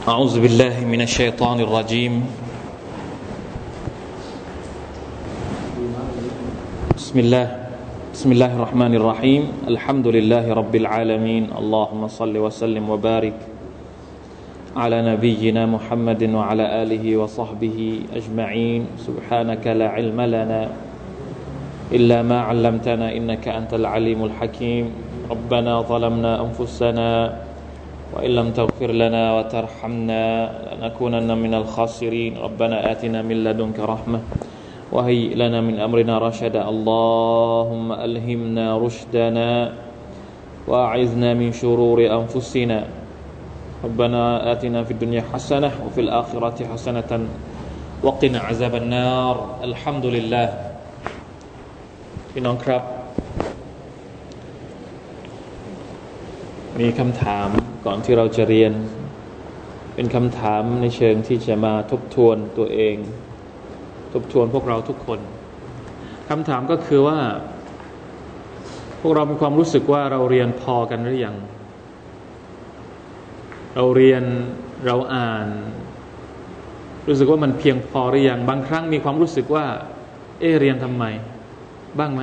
أعوذ بالله من الشيطان الرجيم بسم الله الرحمن الرحيم الحمد لله رب العالمين اللهم صل وسلم وبارك على نبينا محمد وعلى آله وصحبه أجمعين سبحانك لا علم لنا إلا ما علمتنا إنك أنت العليم الحكيم ربنا ظلمنا أنفسنا وإن لم تغفر لنا وترحمنا لنكونن من الخاسرين ربنا آتنا من لدنك رحمة وهيئ لنا من أمرنا رشدا اللهم ألهمنا رشدنا وأعذنا من شرور أنفسنا ربنا آتنا في الدنيا حسنة وفي الآخرة حسنة وقنا عذاب النار الحمد لله พี่น้องครับมีคำถามก่อนที่เราจะเรียนเป็นคำถามในเชิงที่จะมาทบทวนตัวเองทบทวนพวกเราทุกคนคำถามก็คือว่าพวกเรามีความรู้สึกว่าเราเรียนพอกันหรือยังเราเรียนเราอ่านรู้สึกว่ามันเพียงพอหรือยังบางครั้งมีความรู้สึกว่าเรียนทำไมบ้างไหม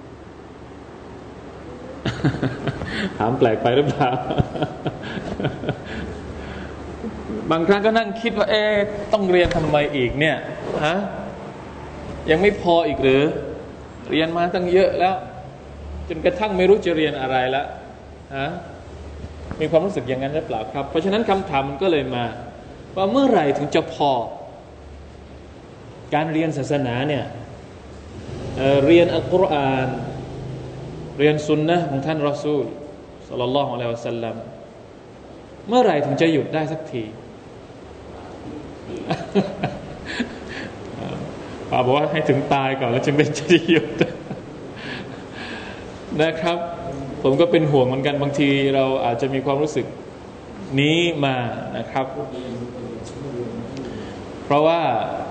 ถามแปลกไปหรือเปล่า บางครั้งก็นั่งคิดว่าต้องเรียนทำไมอีกเนี่ยฮะยังไม่พออีกหรือเรียนมาตั้งเยอะแล้วจนกระทั่งไม่รู้จะเรียนอะไรแล้วฮะมีความรู้สึกอย่างนั้นหรือเปล่าครับเพราะฉะนั้นคำถามมันก็เลยมาว่าเมื่อไหร่ถึงจะพอการเรียนศาสนาเนี่ยเรียนอัลกุรอานเรียนซุนนะห์ของท่านรอซูลศ็อลลัลลอฮุอะลัยฮิวะซัลลัมเมื่อไหร่ถึงจะหยุดได้สักทีป้าบอกว่าให้ถึงตายก่อนแล้วจึงได้จะหยุดนะครับผมก็เป็นห่วงเหมือนกันบางทีเราอาจจะมีความรู้สึกนี้มานะครับเพราะว่า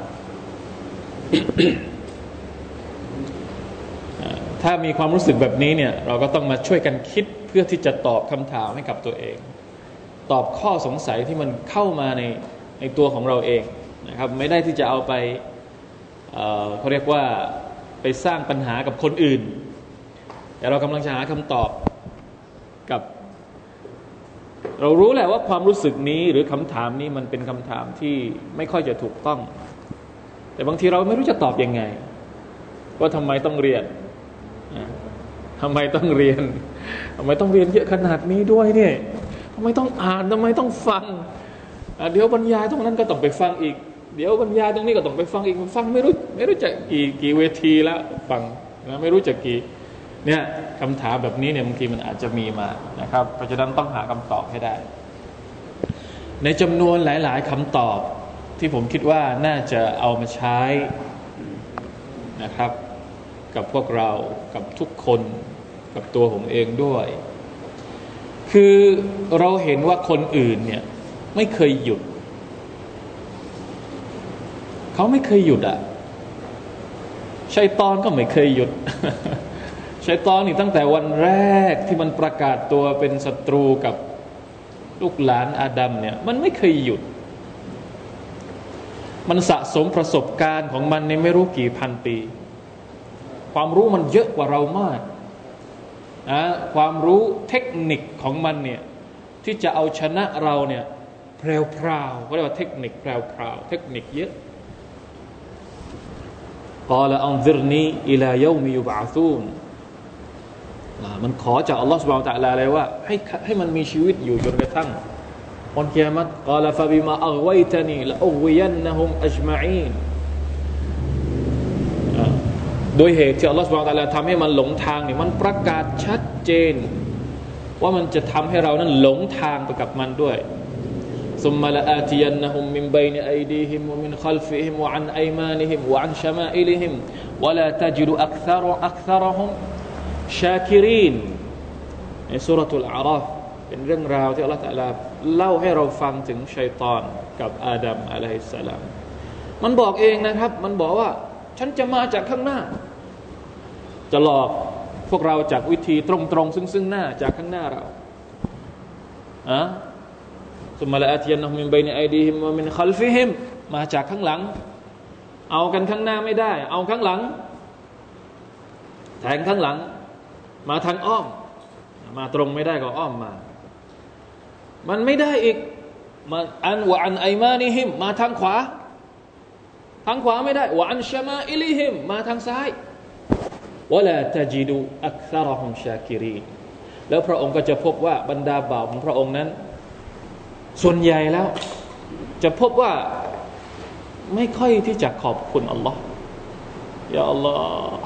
ถ้ามีความรู้สึกแบบนี้เนี่ยเราก็ต้องมาช่วยกันคิดเพื่อที่จะตอบคำถามให้กับตัวเองตอบข้อสงสัยที่มันเข้ามาในตัวของเราเองนะครับไม่ได้ที่จะเอาไปเขาเรียกว่าไปสร้างปัญหากับคนอื่นแต่เรากำลังจะหาคำตอบกับเรารู้แหละว่าความรู้สึกนี้หรือคำถามนี้มันเป็นคำถามที่ไม่ค่อยจะถูกต้องแต่บางทีเราไม่รู้จะตอบยังไงว่าทำไมต้องเรียนทำไมต้องเรียนทำไมต้องเรียนเยอะขนาดนี้ด้วยเนี่ยทำไมต้องอ่านทำไมต้องฟังเดี๋ยวบรรยายตรงนั้นก็ต้องไปฟังอีกเดี๋ยวบรรยายตรงนี้ก็ต้องไปฟังอีกฟังไม่รู้จะกี่เวทีแล้วฟังนะไม่รู้จะกี่เนี่ยคำถามแบบนี้เนี่ยบางทีมันอาจจะมีมานะครับเพราะฉะนั้นต้องหาคำตอบให้ได้ในจำนวนหลายๆคำตอบที่ผมคิดว่าน่าจะเอามาใช้นะครับกับพวกเรากับทุกคนกับตัวผมเองด้วยคือเราเห็นว่าคนอื่นเนี่ยไม่เคยหยุดเขาไม่เคยหยุดชัยฏอนก็ไม่เคยหยุด ชัยฏอนนี่ตั้งแต่วันแรกที่มันประกาศตัวเป็นศัตรูกับลูกหลานอาดัมเนี่ยมันไม่เคยหยุดมันสะสมประสบการณ์ของมันในไม่รู้กี่พันปีความรู้มันเยอะกว่าเรามากความรู้เทคนิคของมันเนี่ยที่จะเอาชนะเราเนี่ยแพรวๆเขาเรียกว่าเทคนิคแพรวๆเทคนิคเยอะกอลอันซิรนีอิลายอมิยุบะซูนมันขอจากอัลลอฮฺซุบฮานะฮูวะตะอาลาเลยว่าให้มันมีชีวิตอยู่จนกระทั่งวันกิยามะฮ์กอลฟะบิมาอัฆวัยตานีละอุฆวิยันนะฮุมอัจมะอีนโดยเหตุที่อัลลอฮฺซุบฮานะฮูวะตะอาลาทำให้มันหลงทางเนี่ยมันประกาศชัดเจนว่ามันจะทำให้เรานั้นหลงทางไปกับมันด้วยซุมมะละอาติยันนะฮุมมินบัยนิอัยดีฮิมวะมินคัลฟิฮิมวะอันอัยมานิฮิมวะอันชะมาอิลิฮิมวะลาตะญิดุอักษะรฮุมชาคิรีนในซูเราะตุลอาราฟเป็นเรื่องราวที่อัลเลาะห์ตะอาลาเล่าให้เราฟังถึงชัยฏอนกับอาดัมอะลัยฮิสสลามมันบอกเองนะครับมันบอกว่าฉันจะมาจากข้างหน้าจะหลอกพวกเราจากวิธีตรงๆซึ่งหน้าจากข้างหน้าเราซุมมะละอาติยันนะฮุมมินบัยนิอัยดีฮิมวะมินคัลฟิฮิมมาจากข้างหลังเอากันข้างหน้าไม่ได้เอาข้างหลังแทงข้างหลังมาทางอ้อมมาตรงไม่ได้ก็อ้อมมามันไม่ได้อีกมาอันวะอันไอมานิฮิมมาทางขวาไม่ได้วะอันชะมาอิลิฮิมมาทางซ้ายวะลาตะจิดุอักษรฮุมชาคิรีนแล้วพระองค์ก็จะพบว่าบรรดาบ่าวของพระองค์นั้นส่วนใหญ่แล้วจะพบว่าไม่ค่อยที่จะขอบคุณอัลลอฮ์ยาอัลลอฮ์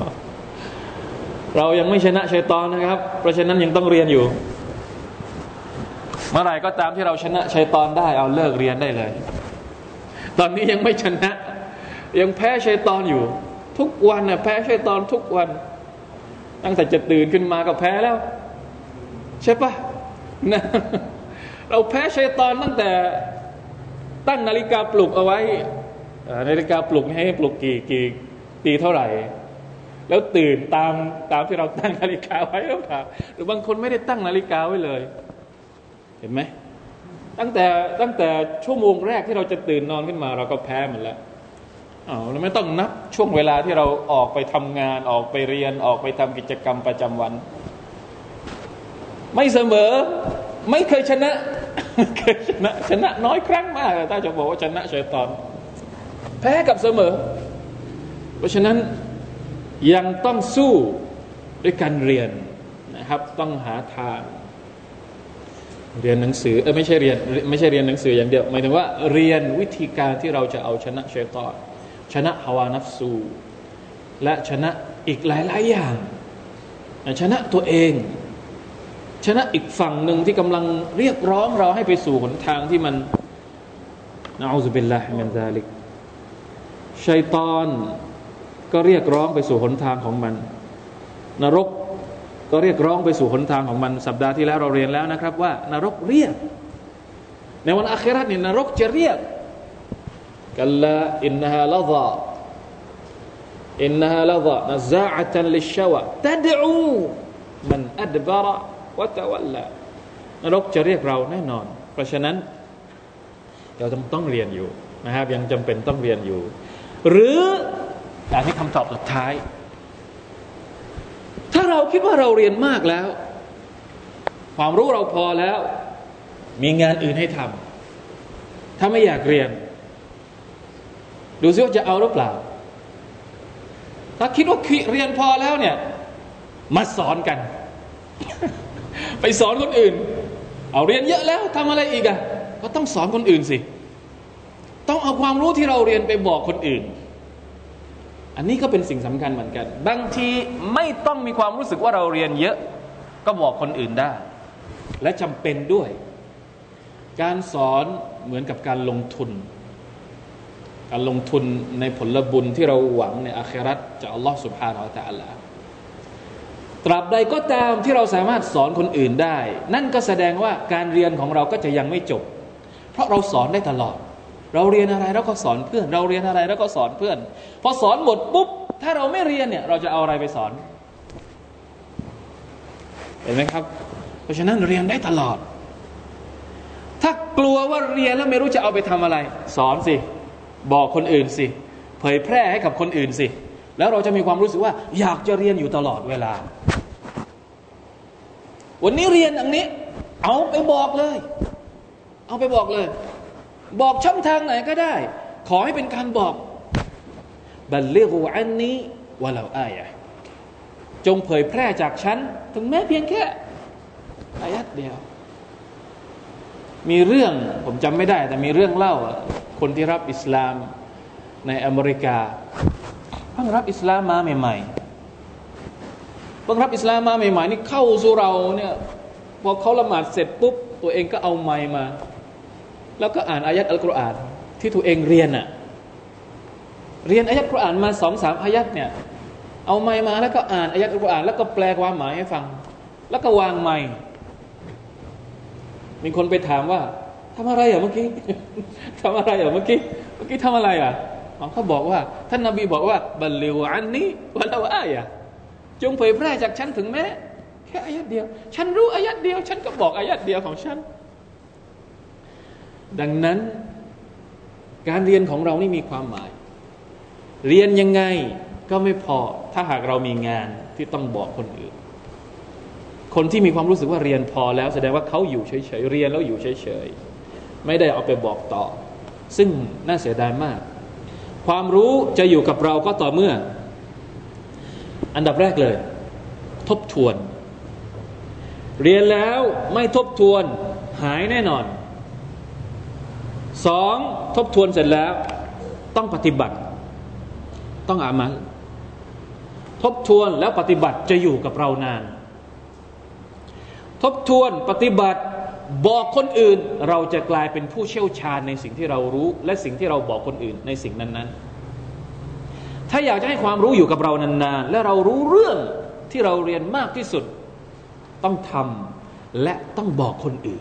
เรายังไม่ชนะชัยฏอนนะครับเพราะฉะนั้นยังต้องเรียนอยู่เมื่อไหร่ก็ตามที่เราชนะชัยฏอนได้เอาเลิกเรียนได้เลยตอนนี้ยังไม่ชนะยังแพ้ชัยฏอนอยู่ทุกวันน่ะแพ้ชัยฏอนทุกวันตั้งแต่จะตื่นขึ้นมาก็แพ้แล้วใช่ปะนะเราแพ้ชัยฏอนตั้งแต่ตั้งนาฬิกาปลุกเอาไว้นาฬิกาปลุกให้ปลุกกี่ตีเท่าไหร่แล้วตื่นตามที่เราตั้งนาฬิกาไว้หรือเปล่าหรือบางคนไม่ได้ตั้งนาฬิกาไว้เลยเห็นไหมตั้งแต่ชั่วโมงแรกที่เราจะตื่นนอนขึ้นมาเราก็แพ้หมดแล้วเราไม่ต้องนับช่วงเวลาที่เราออกไปทำงานออกไปเรียนออกไปทำกิจกรรมประจำวันไม่เสมอไม่เคยชนะชนะน้อยครั้งมากถ้าจะบอกว่าชนะชัยฏอนแพ้กับเสมอเพราะฉะนั้นยังต้องสู้ด้วยการเรียนนะครับต้องหาทางเรียนหนังสือไม่ใช่เรียนหนังสืออย่างเดียวหมายถึงว่าเรียนวิธีการที่เราจะเอาชนะชัยฏอนชนะฮาวานัฟซูและชนะอีกหลายๆอย่างชนะตัวเองชนะอีกฝั่งหนึ่งที่กำลังเรียกร้องเราให้ไปสู่หนทางที่มันนะอูซุบิลลาฮิมินซาลิกชัยฏอนก็เรียกร้องไปสู่หนทางของมันนรกก็เรียกร้องไปสู่หนทางของมันสัปดาห์ที่แล้วเราเรียนแล้วนะครับว่านรกเรียกในวันอาคิเราะห์นี่นรกจะเรียกกัลลาอินนะฮาละฎอนะซาอะตันลิชชาวะตะดอูมันอัดบะระวะตะวัลลานรกจะเรียกเราแน่นอนเพราะฉะนั้นเราต้องเรียนอยู่นะครับยังจำเป็นต้องเรียนอยู่หรืออันนี้คำตอบสุดท้ายถ้าเราคิดว่าเราเรียนมากแล้วความรู้เราพอแล้วมีงานอื่นให้ทำถ้าไม่อยากเรียนดูซิว่าจะเอาหรือเปล่าถ้าคิดว่าเรียนพอแล้วเนี่ยมาสอนกัน ไปสอนคนอื่นเอาเรียนเยอะแล้วทำอะไรอีกอ่ะก็ต้องสอนคนอื่นสิต้องเอาความรู้ที่เราเรียนไปบอกคนอื่นอันนี้ก็เป็นสิ่งสำคัญเหมือนกันบางทีไม่ต้องมีความรู้สึกว่าเราเรียนเยอะก็บอกคนอื่นได้และจำเป็นด้วยการสอนเหมือนกับการลงทุนในผลบุญที่เราหวังในอาคิเราะห์จากอัลลอฮฺซุบฮานะฮูวะตะอาลาตราบใดก็ตามที่เราสามารถสอนคนอื่นได้นั่นก็แสดงว่าการเรียนของเราก็จะยังไม่จบเพราะเราสอนได้ตลอดเราเรียนอะไรเราก็สอนเพื่อนเราเรียนอะไรเราก็สอนเพื่อนพอสอนหมดปุ๊บถ้าเราไม่เรียนเนี่ยเราจะเอาอะไรไปสอนเห็นไหมครับเพราะฉะนั้นเรียนได้ตลอดถ้ากลัวว่าเรียนแล้วไม่รู้จะเอาไปทำอะไรสอนสิบอกคนอื่นสิเผยแพร่ให้กับคนอื่นสิแล้วเราจะมีความรู้สึกว่าอยากจะเรียนอยู่ตลอดเวลาวันนี้เรียนอันนี้เอาไปบอกเลยบอกช่องทางไหนก็ได้ขอให้เป็นการบอกบัลลิกูอันนี้วะลาอายะจงเผยแพร่จากฉันถึงแม้เพียงแค่อายัดเดียวมีเรื่องผมจำไม่ได้แต่มีเรื่องเล่าคนที่รับอิสลามในอเมริกาเพิ่งรับอิสลามมาใหม่ๆนี่เข้าสู่เราเนี่ยพอเขาละหมาดเสร็จปุ๊บตัวเองก็เอาไมค์มาแล้วก็อ่านอายัดอัลกุรอานที่ตัวเองเรียนอายัดกุรอานมา 2-3 อายัดเนี่ยเอาไมค์มาแล้วก็อ่านอายัดอัลกุรอานแล้วก็แปลความหมายให้ฟังแล้วก็วางไมค์มีคนไปถามว่าทำอะไรเมื่อกี้ทำอะไรเมื่อกี้ทำอะไรเขาบอกว่าท่านนบีบอกว่าบัลลิวอันนี้วะลาอายะจงเผยแพร่จากฉันถึงแม้แค่อายัดเดียวฉันรู้อายัดเดียวฉันก็บอกอายัดเดียวของฉันดังนั้นการเรียนของเรานี่มีความหมายเรียนยังไงก็ไม่พอถ้าหากเรามีงานที่ต้องบอกคนอื่นคนที่มีความรู้สึกว่าเรียนพอแล้วแสดงว่าเขาอยู่เฉยๆเรียนแล้วอยู่เฉยๆไม่ได้เอาไปบอกต่อซึ่งน่าเสียดายมากความรู้จะอยู่กับเราก็ต่อเมื่ออันดับแรกเลยทบทวนเรียนแล้วไม่ทบทวนหายแน่นอนสองทบทวนเสร็จแล้วต้องปฏิบัติต้องอามัลทบทวนแล้วปฏิบัติจะอยู่กับเรานานทบทวนปฏิบัติบอกคนอื่นเราจะกลายเป็นผู้เชี่ยวชาญในสิ่งที่เรารู้และสิ่งที่เราบอกคนอื่นในสิ่งนั้นๆถ้าอยากจะให้ความรู้อยู่กับเรานานๆและเรารู้เรื่องที่เราเรียนมากที่สุดต้องทำและต้องบอกคนอื่น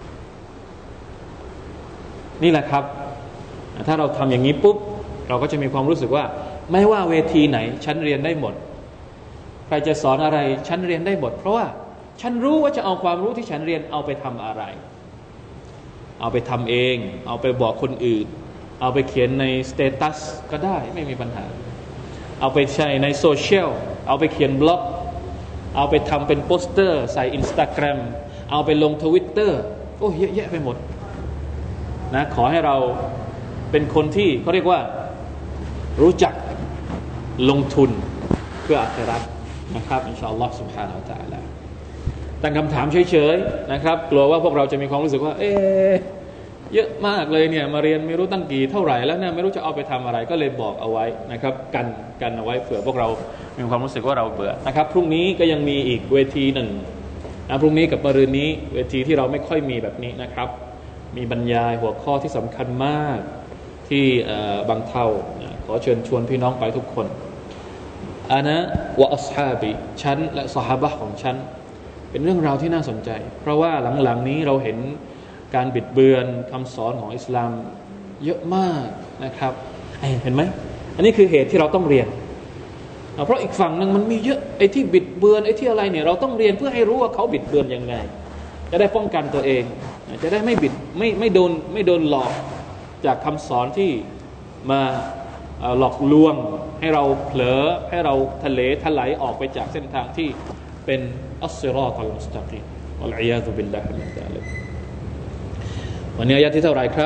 นี่แหละครับถ้าเราทำอย่างนี้ปุ๊บเราก็จะมีความรู้สึกว่าไม่ว่าเวทีไหนฉันเรียนได้หมดใครจะสอนอะไรฉันเรียนได้หมดเพราะว่าฉันรู้ว่าจะเอาความรู้ที่ฉันเรียนเอาไปทำอะไรเอาไปทำเองเอาไปบอกคนอื่นเอาไปเขียนในสเตตัสก็ได้ไม่มีปัญหาเอาไปใช้ในโซเชียลเอาไปเขียนบล็อกเอาไปทำเป็นโปสเตอร์ใส่ Instagram เอาไปลง Twitter โอ้เยอะแยะไปหมดนะขอให้เราเป็นคนที่เขาเรียกว่ารู้จักลงทุนเพื่ออาคิเราะห์นะครับอินชาอัลลอฮ์ سبحانه และ تعالى ตั้งคำถามเฉยๆนะครับกลัวว่าพวกเราจะมีความรู้สึกว่าเยอะมากเลยเนี่ยมาเรียนไม่รู้ตั้งกี่เท่าไหร่แล้วเนี่ยไม่รู้จะเอาไปทำอะไรก็เลยบอกเอาไว้นะครับกันเอาไว้เผื่อพวกเรามีความรู้สึกว่าเราเบื่อนะครับพรุ่งนี้ก็ยังมีอีกเวทีหนึ่งพรุ่งนี้กับมะรืนนี้เวทีที่เราไม่ค่อยมีแบบนี้นะครับมีบรรยายหัวข้อที่สำคัญมากที่บางเท่าขอเชิญชวนพี่น้องไปทุกคนอานะวะอัศฮาบีฉันและซอฮาบะห์ของฉันเป็นเรื่องราวที่น่าสนใจเพราะว่าหลังๆนี้เราเห็นการบิดเบือนคำสอนของอิสลามเยอะมากนะครับเห็นไหมอันนี้คือเหตุที่เราต้องเรียนเพราะอีกฝั่งนึงมันมีเยอะไอ้ที่บิดเบือนไอ้ที่อะไรเนี่ยเราต้องเรียนเพื่อให้รู้ว่าเขาบิดเบือนยังไงจะได้ป้องกันตัวเองจะได้ไม่บิดไม่โดนหลอกจากคำสอนที่มาหลอกลวงให้เราเผลอให้เราทะเลถลายออกไปจากเส้นทางที่เป็นอัศรอตัลมุสตะกีมวัลอียาซุบิลลาฮิมินซาลิกวันนี้อายะที่เท่าไหร่ครับ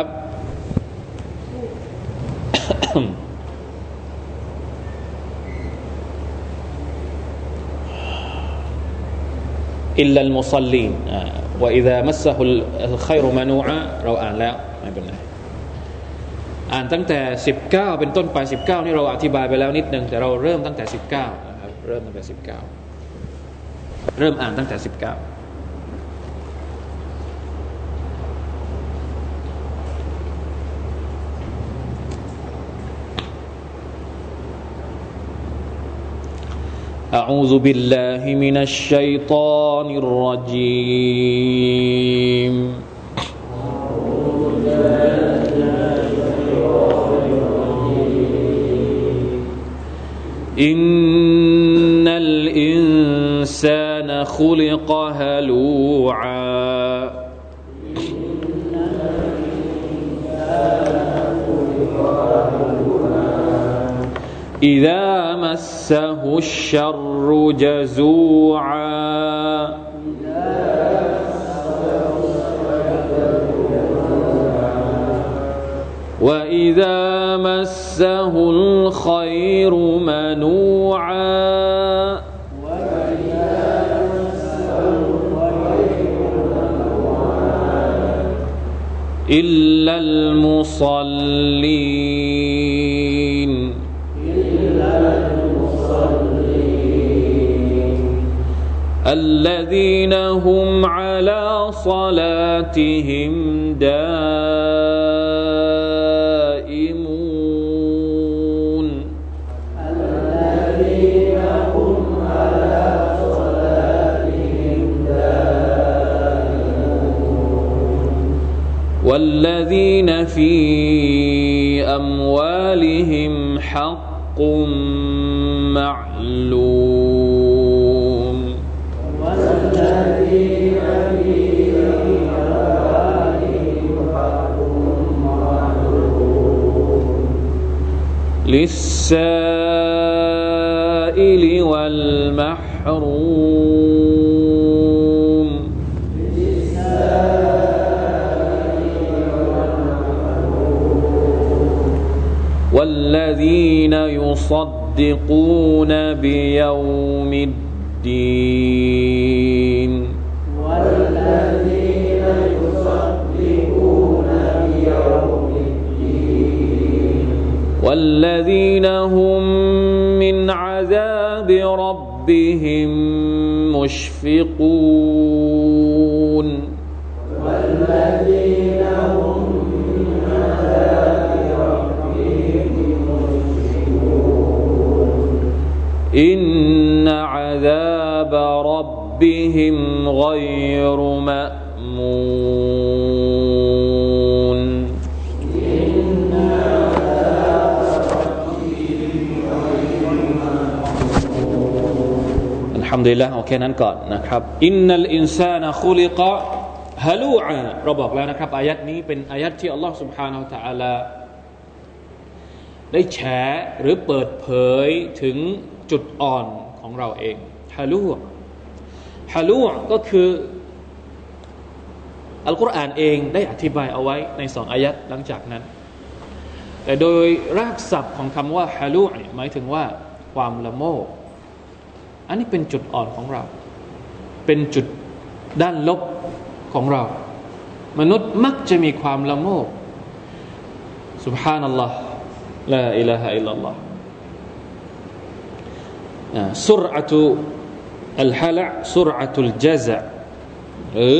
อิลลัลมุศอลลีนวะอิซามัสซะฮุลค็อยรุมะนูอะเราอ่านแล้วไม่เป็นไรอ่านตั้งแต่19เป็นต้นไป19นี่เราอธิบายไปแล้วนิดนึงแต่เราเริ่มตั้งแต่19นะครับเริ่มตั้งแต่19เริ่มอ่านตั้งแต่19أعوذ بالله من الشيطان الرجيم إن الإنسان خلق هلوعا إذا مسه الشر جزوعا وإذا مسه الخير منوعا إلا المصلين الذين هم على صلاتهم دائمون الذين هم على صلاتهم دائمون والذين في أموالهم حق معلوم والذين في أموالهم حق للسائل والمحروم والذين يصدقون بيوم الدين والذين يصدقون بيوم الدين والذين هم من عذاب ربهم مشفقون والذين هم من عذاب ربهم مشفقون إن عذاب ربهم غير مأمون إن عذاب ربهم غير مأمون อัลฮัมดุลิลละห์โอเคนั้นก่อนนะครับอินนัลอินซานะคุลิกะฮะลูอาเราบอกแล้วนะครับอายัดนี้เป็นอายัดที่อัลลอฮฺ سبحانه และ تعالى ได้แฉหรือเปิดเผยถึงจุดอ่อนของเราเองฮะลูก็คืออัลกุรอานเองได้อธิบายเอาไว้ใน2อายัดหลังจากนั้นแต่โดยรากศัพท์ของคำว่าฮะลูหมายถึงว่าความละโมบอันนี้เป็นจุดอ่อนของเราเป็นจุดด้านลบของเรามนุษย์มักจะมีความละโมบซุบฮานัลลอฮ์ลาอิลาฮะอิลลัลลอฮ์ซุรอะตุอัลฮะละซุรอะตุลญะซะหรือ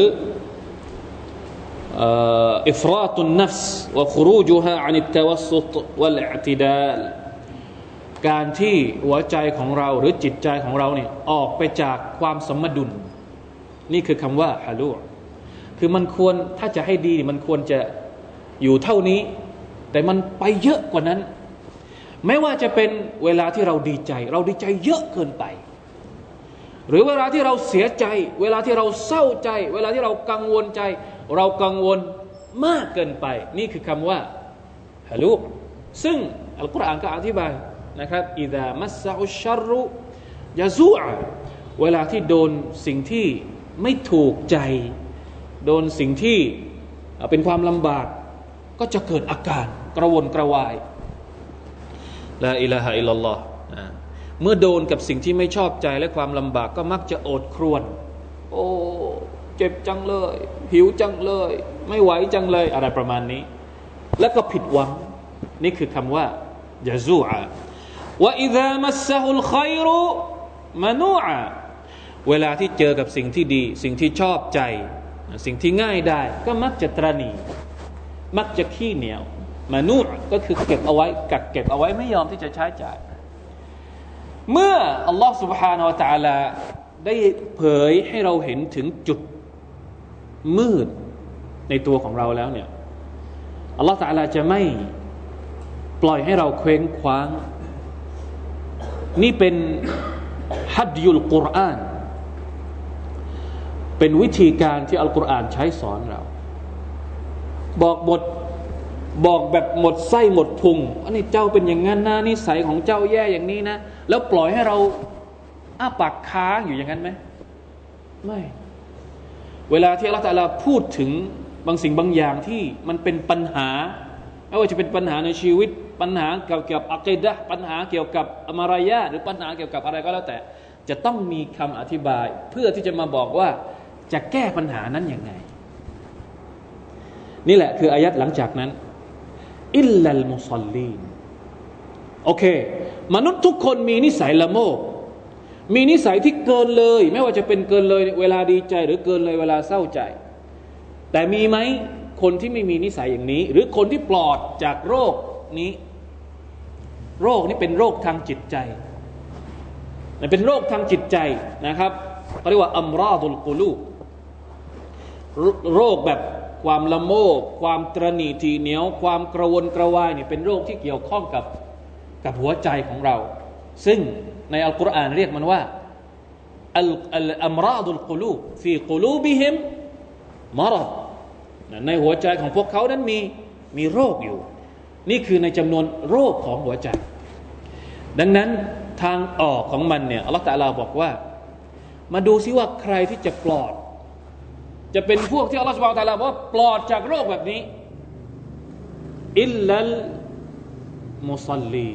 อิฟราตุนนัฟส์วะคุรูจุฮาอันอัตตะวัสซุตวัลอิอ์ติดาลการที่หัวใจของเราหรือจิตใจของเราเนี่ยออกไปจากความสมดุลนี่คือคำว่าฮะลูคือมันควรถ้าจะให้ดีมันควรจะอยู่เท่านี้แต่มันไปเยอะกว่านั้นไม่ว่าจะเป็นเวลาที่เราดีใจเยอะเกินไปหรือเวลาที่เราเสียใจเวลาที่เราเศร้าใจเวลาที่เรากังวลใจเรากังวลมากเกินไปนี่คือคำว่าฮะลูซึ่งอัลกุรอานก็อธิบายนะครับอิซามัสซะอุชชัรรุยะซูอะเวลาที่โดนสิ่งที่ไม่ถูกใจโดนสิ่งที่เป็นความลำบากก็จะเกิดอาการกระวนกระวายลาอิลาฮะอิลลัลลอฮ์เมื่อโดนกับสิ่งที่ไม่ชอบใจและความลำบากก็มักจะโอดครวญโอ้เจ็บจังเลยหิวจังเลยไม่ไหวจังเลยอะไรประมาณนี้แล้วก็ผิดหวังนี่คือคำว่ายะซูอะวะอิซามัสซะฮุลค็อยรุมะนูอะเวลาที่เจอกับสิ่งที่ดีสิ่งที่ชอบใจสิ่งที่ง่ายได้ก็มักจะตระหนี่มักจะขี้เหนียวมะนูอะก็คือเก็บเอาไว้กักเก็บเอาไว้ไม่ยอมที่จะใช้จ่ายเมื่ออัลลอฮฺ سبحانه และ تعالى ได้เผยให้เราเห็นถึงจุดมืดในตัวของเราแล้วเนี่ยอัลลอฮฺ تعالى จะไม่ปล่อยให้เราเคว้งคว้างนี่เป็นฮัดยุลกุรอานเป็นวิธีการที่อัลกุรอานใช้สอนเราบอกแบบหมดไส้หมดพุงอันนี้เจ้าเป็นอย่างนั้นนะนิสัยของเจ้าแย่อย่างนี้นะแล้วปล่อยให้เราอ้าปากค้างอยู่อย่างนั้นไหมไม่เวลาที่อัลเลาะห์ตะอาลาพูดถึงบางสิ่งบางอย่างที่มันเป็นปัญหาไม่ว่าจะเป็นปัญหาในชีวิตปัญหาเกี่ยวกับอะกีดะห์ปัญหาเกี่ยวกับอะมารยาทหรือปัญหาเกี่ยวกับอะไรก็แล้วแต่จะต้องมีคำอธิบายเพื่อที่จะมาบอกว่าจะแก้ปัญหานั้นยังไงนี่แหละคืออายัดหลังจากนั้นอิลลัลมุศอลลีนโอเคมนุษย์ทุกคนมีนิสัยละโมบมีนิสัยที่เกินเลยไม่ว่าจะเป็นเกินเลยเวลาดีใจหรือเกินเลยเวลาเศร้าใจแต่มีไหมคนที่ไม่มีนิสัยอย่างนี้หรือคนที่ปลอดจากโรคนี้โรคนี้เป็นโรคทางจิตใจเป็นโรคทางจิตใจนะครับเขาเรียกว่าอัมราดุลกุลูบโรคแบบความละโมบความตระหนี่ทีเหนียวความกระวนกระวายเนี่ยเป็นโรคที่เกี่ยวข้องกับหัวใจของเราซึ่งในอัลกุรอานเรียกมันว่าอัมราดุลกุลูบฟีกุลูบิฮิมมะรฎในหัวใจของพวกเขานั้นมีโรคอยู่นี่คือในจำนวนโรคของหัวใจดังนั้นทางออกของมันเนี่ยอัลเลาะห์ตะอาลาบอกว่ามาดูซิว่าใครที่จะปลอดจะเป็นพวกที่อัลเลาะห์ซุบฮานะฮูวะตะอาลาบอกว่าปลอดจากโรคแบบนี้อิลลัลมุศอลลี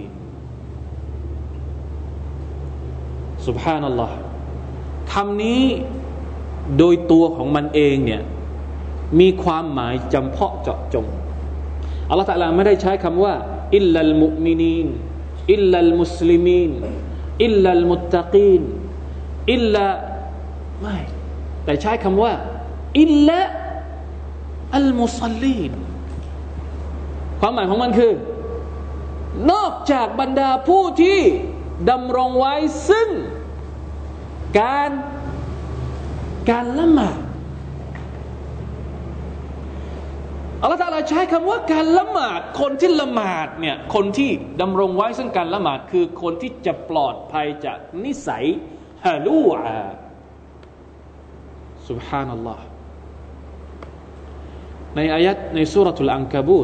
ซุบฮานัลลอฮ์คำนี้โดยตัวของมันเองเนี่ยมีความหมายจำเพาะเจาะจงอัลเลาะห์ตะอาลาไม่ได้ใช้คำว่าอิลลัลมุมินีนอิลลัลมุสลิมีนอิลลัลมุตตะกีนอิลลาไม่แต่ใช้คำว่าอิลลาอัลมุศอลลีนความหมายของมันคือนอกจากบรรดาผู้ที่ดำรงไว้ซึ่งการละหมาดอัลเลาะห์ตะอาลาใช้คำว่าการละหมาดคนที่ละหมาดเนี่ยคนที่ดำรงไว้ซึ่งการละหมาดคือคนที่จะปลอดภัยจากนิสัยฮะลูอาซุบฮานัลลอฮ์ในอายะห์ในซูเราะตุลอันกะบูต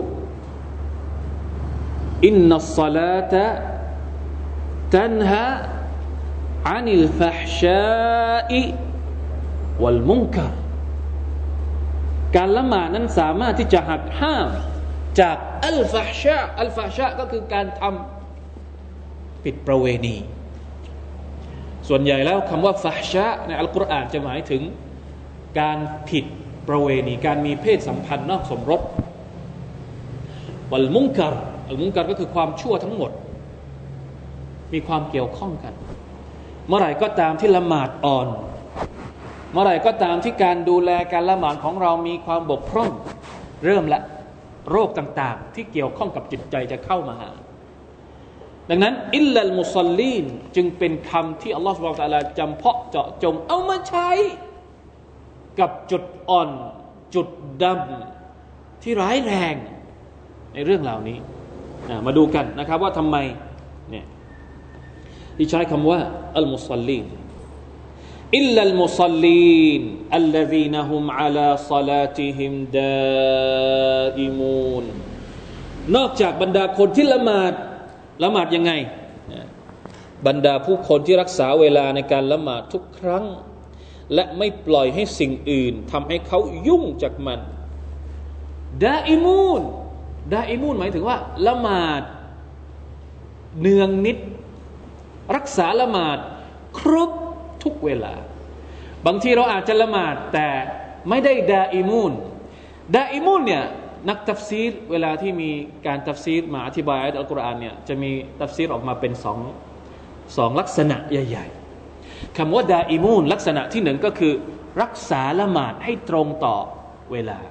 อินนัสศอลาตะตันฮาอานิลฟะฮชาอิวัลมุนกัรการละหมาดนั้นสามารถที่จะหักห้ามจากอัลฟะฮชาอัลฟะฮชาก็คือการทำผิดประเวณีส่วนใหญ่แล้วคำว่าฟะฮชาในอัลกุรอานจะหมายถึงการผิดประเวณีการมีเพศสัมพันธ์นอกสมรสวัลมุนกัรอัลมุนกัรก็คือความชั่วทั้งหมดมีความเกี่ยวข้องกันเมื่อไหร่ก็ตามที่ละหมาดอ่อนเมื่อไหร่ก็ตามที่การดูแลการละหมาดของเรามีความบกพร่องเริ่มละโรคต่างๆที่เกี่ยวข้องกับจิตใจจะเข้ามาหาดังนั้นอิลลัลมุศอลลีนจึงเป็นคำที่อัลลอฮฺซุบฮานะฮูวะตะอาลาจำเพาะเจาะจงเอามาใช้กับจุดอ่อนจุดดำที่ร้ายแรงในเรื่องเหล่านี้มาดูกันนะครับว่าทำไมเนี่ยที่ใช้คำว่าอัลมุศอลลีนอิลลัลมุศอลลีนอัลลซีนะฮุมอะลาศอลาติฮิมดาอิมูนนอกจากบรรดาคนที่ละหมาดยังไงบรรดาผู้คนที่รักษาเวลาในการละหมาดทุกครั้งและไม่ปล่อยให้สิ่งอื่นทำให้เขายุ่งจากมันดาอิมูนหมายถึงว่าละหมาดเนืองนิดรักษาละหมาดครบทุกเวลาบางทีเราอาจจะละหมาดแต่ไม่ได้ดาอิมูนเนี่ยนักตัฟซีรเวลาที่มีการตัฟซีรมาอธิบายอัลกุรอานเนี่ยจะมีตัฟซีรออกมาเป็นสองลักษณะใหญ่ๆคำว่าดาอิมูนลักษณะที่หนึ่งก็คือรักษาละหมาดให้ตรงต่อเวลา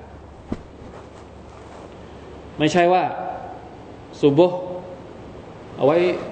ไม่ใช่ว่าซุบฮ์เอาไว้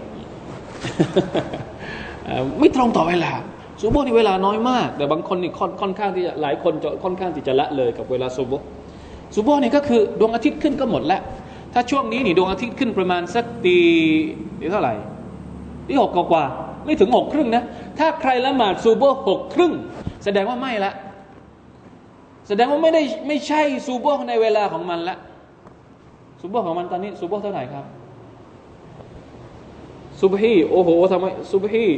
ไม่ตรงต่อเวลาซุบฮ์นี่เวลาน้อยมากแต่บางคนนี่ค่อนข้างที่จะหลายคนจะค่อนข้างที่จะละเลยกับเวลาซุบฮ์นี่ก็คือดวงอาทิตย์ขึ้นก็หมดแล้วถ้าช่วงนี้นี่ดวงอาทิตย์ขึ้นประมาณสักตีเท่าไหร่ที่6กว่าไม่ถึง6ครึ่งนะถ้าใครละหมาดซุบฮ์6ครึ่งแสดงว่าไม่ละแสดงว่าไม่ใช่ซุบฮ์ในเวลาของมันละซุบฮ์ของมันตอนนี้ซุบฮ์เท่าไหร่ครับซุบฮีโอ้โหทำไมซุบฮี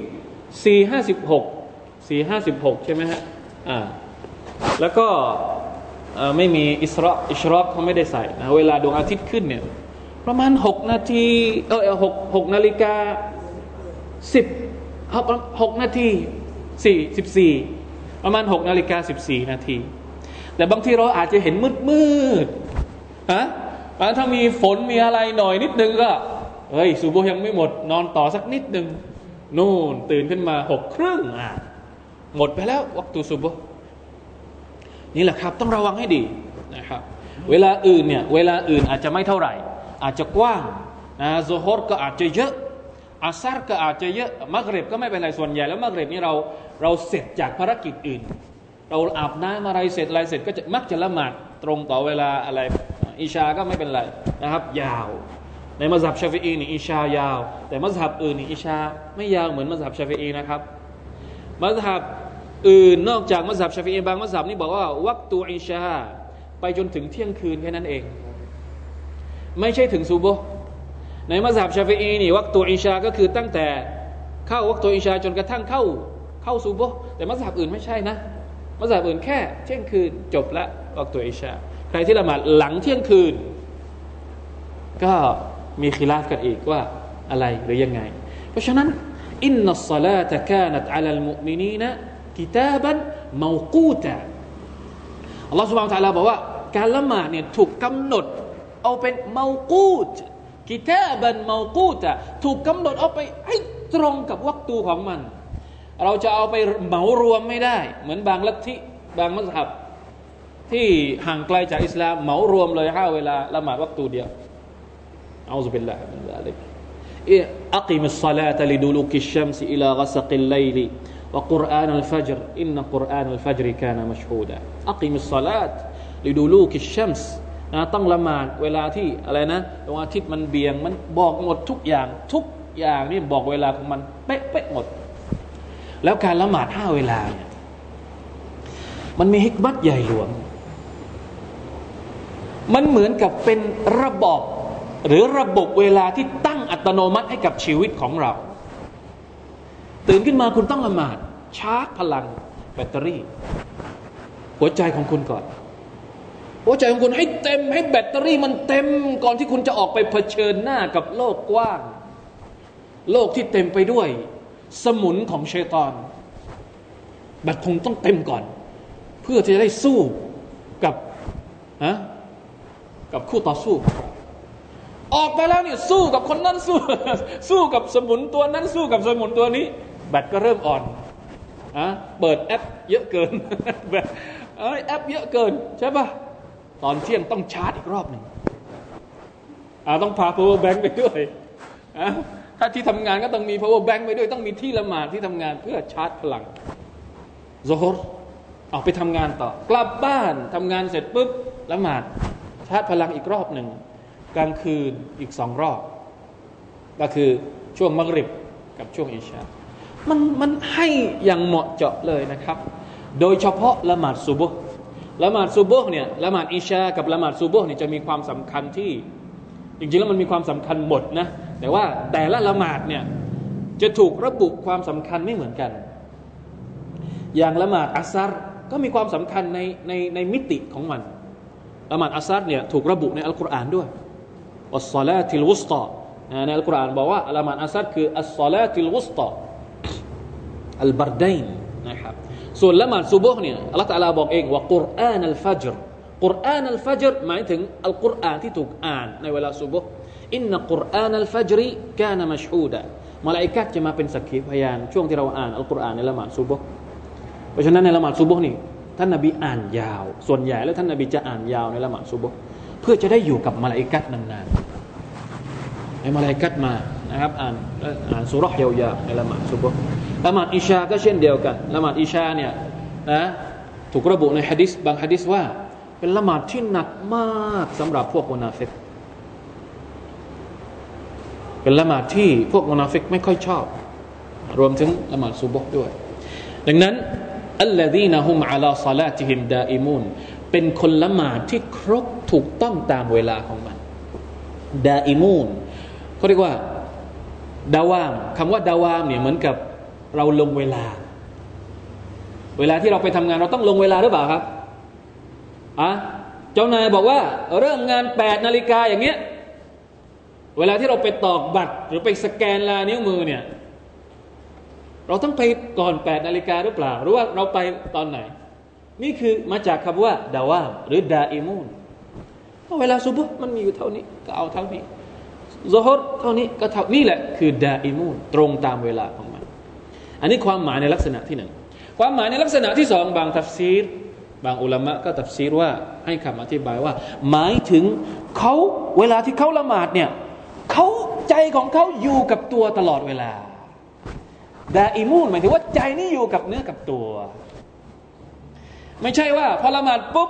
4:56ใช่ไหมฮะแล้วก็ไม่มีอิสรอกเขาไม่ได้ใส่นะเวลาดวงอาทิตย์ขึ้นเนี่ยประมาณ6นาที6นาฬิกา6นาที14ประมาณ6นาฬิกา14นาทีแต่บางทีเราอาจจะเห็นมืดถ้ามีฝนมีอะไรหน่อยนิดนึงก็เฮ้ยซุบฮ์ยังไม่หมดนอนต่อสักนิดนึงนู่นตื่นขึ้นมา6ครึ่งหมดไปแล้ววักตุซุบฮ์นี่แหละครับต้องระวังให้ดีนะครับเวลาอื่นอาจจะไม่เท่าไหร่อาจจะกว้างซุฮรก็อาจจะเยอะอัสรก็อาจจะเยอะมักริบก็ไม่เป็นไรส่วนใหญ่แล้วมักริบนี่เราเสร็จจากภารกิจอื่นเราอาบน้ำอะไรเสร็จก็จะมักจะละหมาดตรงต่อเวลาอะไรอิชาก็ไม่เป็นไรนะครับยาวในมัซฮับชาฟิอีนี่อิชายาวแต่มัซฮับอื่นนี่อิชาไม่ยาวเหมือนมัซฮับชาฟิอีนะครับมัซฮับอื่นนอกจากมัซฮับชาฟิอีบางมัซฮับนี่บอกว่าวักตุอิชาไปจนถึงเที่ยงคืนแค่นั้นเองไม่ใช่ถึงซุบฮ์ในมัซฮับชาฟิอีนี่วักตุอิชาก็คือตั้งแต่เข้าวักตุอิชาจนกระทั่งเข้าซุบฮ์แต่มัซฮับอื่นไม่ใช่นะมัซฮับอื่นแค่เที่ยงคืนจบละวักตุอิชาใครที่ละหมาดหลังเที่ยงคืนก็มีคิลาฟกันอีกว่าอะไรหรือยังไงเพราะฉะนั้นอินนัสศอลาตะกานัตอะลัลมุอ์มินีนกิตาบันเมากูตะอัลลอฮฺซุบฮานะฮูวะตะอาลาบอกว่าการละหมาดเนี่ยถูกกำหนดเอาเป็นเมากูตกิตาบันเมากูตะถูกกำหนดเอาไปให้ตรงกับวักตูของมันเราจะเอาไปเหมารวมไม่ได้เหมือนบางลัทธิบางมัซฮับที่ห่างไกลจากอิสลามเหมารวมเลย5เวลาละหมาดวักตูเดียวเอาซุบิลลาฮิมินซาลิกอักิมิศศอลาตะลิดุลูกิชชัมซิอิลาฆะซะกิลไลลิวะกุรอานัลฟัจรอินนะกุรอานัลฟัจรกานะมัชฮูดะอักิมิศศอลาตลิดุลูกิชชัมซต้องละหมาดเวลาที่อะไรนะดวงอาทิตย์มันเบี่ยงมันบอกหมดทุกอย่างนี่บอกเวลาของมันเป๊ะๆหมดแล้วการละหมาด5เวลาเนี่ยมันมีฮิกมัตใหญ่หลวงมันเหมือนกับเป็นระบบหรือระบบเวลาที่ตั้งอัตโนมัติให้กับชีวิตของเราตื่นขึ้นมาคุณต้องละหมาดชาร์จพลังแบตเตอรี่หัวใจของคุณก่อนหัวใจของคุณให้เต็มให้แบตเตอรี่มันเต็มก่อนที่คุณจะออกไปเผชิญหน้ากับโลกกว้างโลกที่เต็มไปด้วยสมุนของชัยฏอนแบตคงต้องเต็มก่อนเพื่อที่จะได้สู้กับคู่ต่อสู้ออกไปแล้วเนี่ยสู้กับคนนั้นสู้กับสมุนตัวนั้นสู้กับสมุนตัวนี้แบตก็เริ่มอ่อนเปิดแอปเยอะเกินแอปเยอะเกินใช่ป่ะตอนเที่ยงต้องชาร์จอีกรอบหนึ่งต้องพา power bank ไปด้วยถ้าที่ทำงานก็ต้องมี power bank ไปด้วยต้องมีที่ละหมาดที่ทำงานเพื่อชาร์จพลังโซฮรออกไปทำงานต่อกลับบ้านทำงานเสร็จปุ๊บละหมาดชาร์จพลังอีกรอบหนึ่งกลางคืนอีก2รอบก็คือช่วงมักริบกับช่วงอิชามันให้อย่างเหมาะเจาะเลยนะครับโดยเฉพาะละหมาดซุบฮ์เนี่ยละหมาดอิชากับละหมาดซุบฮ์เนี่ยจะมีความสำคัญที่จริงๆแล้วมันมีความสำคัญหมดนะแต่ว่าแต่ละละหมาดเนี่ยจะถูกระบุความสำคัญไม่เหมือนกันอย่างละหมาดอัสรก็มีความสำคัญในมิติของมันละหมาดอัสรเนี่ยถูกระบุในอัลกุรอานด้วยวัสศอลาติลวุสตาในอัลกุรอานบอกว่าละหมาดอัสรคืออัสศอลาติลวุสตาอัลบัรดัยน์นะครับส่วนละหมาดซุบฮ์เนี่ยอัลเลาะห์ตะอาลาบอกเองว่ากุรอานัลฟัจรกุรอานัลฟัจรหมายถึงอัลกุรอานที่ถูกอ่านในเวลาซุบฮ์อินนะกุรอานัลฟัจรกานะมัชฮูดะมลาอิกะฮ์จะมาเป็นสักขีพยานช่วงที่เราอ่านอัลกุรอานในละหมาดซุบฮ์เพราะฉะนั้นในละหมาดซุบฮ์นี่ท่านนบีอ่านยาวส่วนใหญ่แล้วท่านนบีจะอ่านยาวในละหมาดซุบฮ์เพื่อจะได้อยู่กับมลาอิกะฮ์นานๆให้มลาอิกะฮ์มานะครับอ่านซูเราะห์ยาวๆในละหมาดซุบฮ์ละหมาดอิชาก็เช่นเดียวกันละหมาดอิชาเนี่ยนะถูกระบุในหะดีษบางหะดีษว่าเป็นละหมาดที่หนักมากสำหรับพวกมุนาฟิกเป็นละหมาดที่พวกมุนาฟิกไม่ค่อยชอบรวมถึงละหมาดซุบฮ์ด้วยดังนั้นอัลลซีนะฮุมอะลาศอลาติฮิมดาอิมูนเป็นคนละหมาดที่ครบถูกต้องตามเวลาของมันดาอิมูนเขาเรียกว่าดาวามคำว่าดาวามเนี่ยเหมือนกับเราลงเวลาที่เราไปทำงานเราต้องลงเวลาหรือเปล่าครับเจ้านายบอกว่าเริ่มงาน 8 นาฬิกาอย่างเงี้ยเวลาที่เราไปตอกบัตรหรือไปสแกนลายนิ้วมือเนี่ยเราต้องไปก่อน 8 นาฬิกาหรือเปล่าหรือว่าเราไปตอนไหนนี่คือมาจากคำว่าดาวามหรือดาอิมูนเวลาซุบฮ์มันมีอยู่เท่านี้ก็เอาเท่านี้ซุฮรเท่านี้ก็เท่านี้แหละคือดาอิมูนตรงตามเวลาของมันอันนี้ความหมายในลักษณะที่หนึ่งความหมายในลักษณะที่สองบางตัฟซีรบางอุลามะก็ตัฟซีรว่าให้คำอธิบายว่าหมายถึงเขาเวลาที่เขาละหมาดเนี่ยเขาใจของเขาอยู่กับตัวตลอดเวลาดาอิมูนหมายถึงว่าใจนี่อยู่กับเนื้อกับตัวไม่ใช่ว่าพอละหมาดปุ๊บ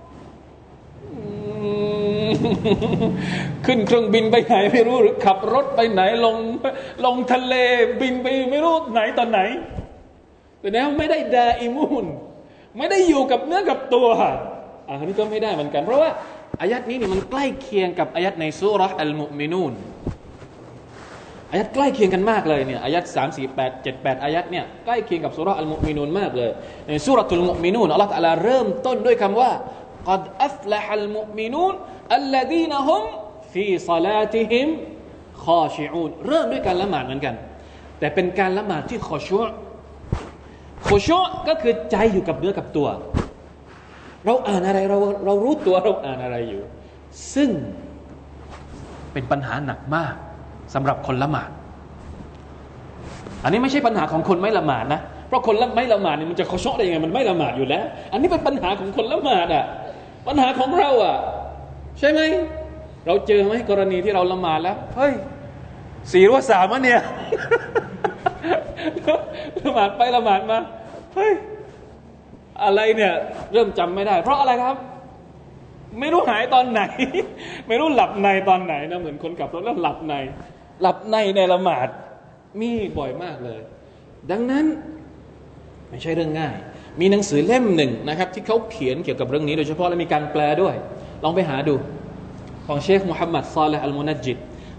ขึ้นเครื่องบินไปไหนไม่รู้หรือขับรถไปไหนลงทะเลบินไปไม่รู้ไหนตอนไหนแต่แล้วไม่ได้ดาอิมูนไม่ได้อยู่กับเนื้อกับตัวอันนี้ก็ไม่ได้เหมือนกันเพราะว่าอายัดนี้นี่มันใกล้เคียงกับอายัดในซูเราะห์อัลมุอ์มินูนอายัดใกล้เคียงกันมากเลยเนี่ยอายัด3 4 8 7 8อายัดเนี่ยใกล้เคียงกับซูเราะห์อัลมุมินูนมากเลยในซูเราะตุลมุมินูนอัลเลาะห์ตะอาลาเริ่มต้นด้วยคำว่ากัดอัฟละฮัลมุมินูนอัลลซีนะฮุมฟีศอลาติฮิมคอชิอูนเริ่มด้วยการละหมาดเหมือนกันแต่เป็นการละหมาดที่คอชูอก็คือใจอยู่กับเนื้อกับตัวเราอ่านอะไรเรารู้ตัวเราอ่านอะไรอยู่ซึ่งเป็นปัญหาหนักมากสำหรับคนละหมาดอันนี้ไม่ใช่ปัญหาของคนไม่ละหมาดนะเพราะคนไม่ละหมาดเนี่ยมันจะคอชอได้ยังไงมันไม่ละหมาดอยู่แล้วอันนี้เป็นปัญหาของคนละหมาดอ่ะปัญหาของเราอ่ะใช่ไหมเราเจอไหมกรณีที่เราละหมาดแล้วเฮ้ย4 หรือ 3วะเนี่ย ละหมาดไปละหมาดมาเฮ้ยอะไรเนี่ยเริ่มจำไม่ได้เพราะอะไรครับไม่รู้หายตอนไหน ไม่รู้หลับในตอนไหนนะเหมือนคนขับรถแล้วหลับในละหมาดมีบ่อยมากเลยดังนั้นไม่ใช่เรื่องง่ายมีหนังสือเล่มหนึ่งนะครับที่เขาเขียนเกี่ยวกับเรื่องนี้โดยเฉพาะและมีการแปลด้วยลองไปหาดูของเชคมุฮัมมัดซอลิห์อัลมุนัจญิด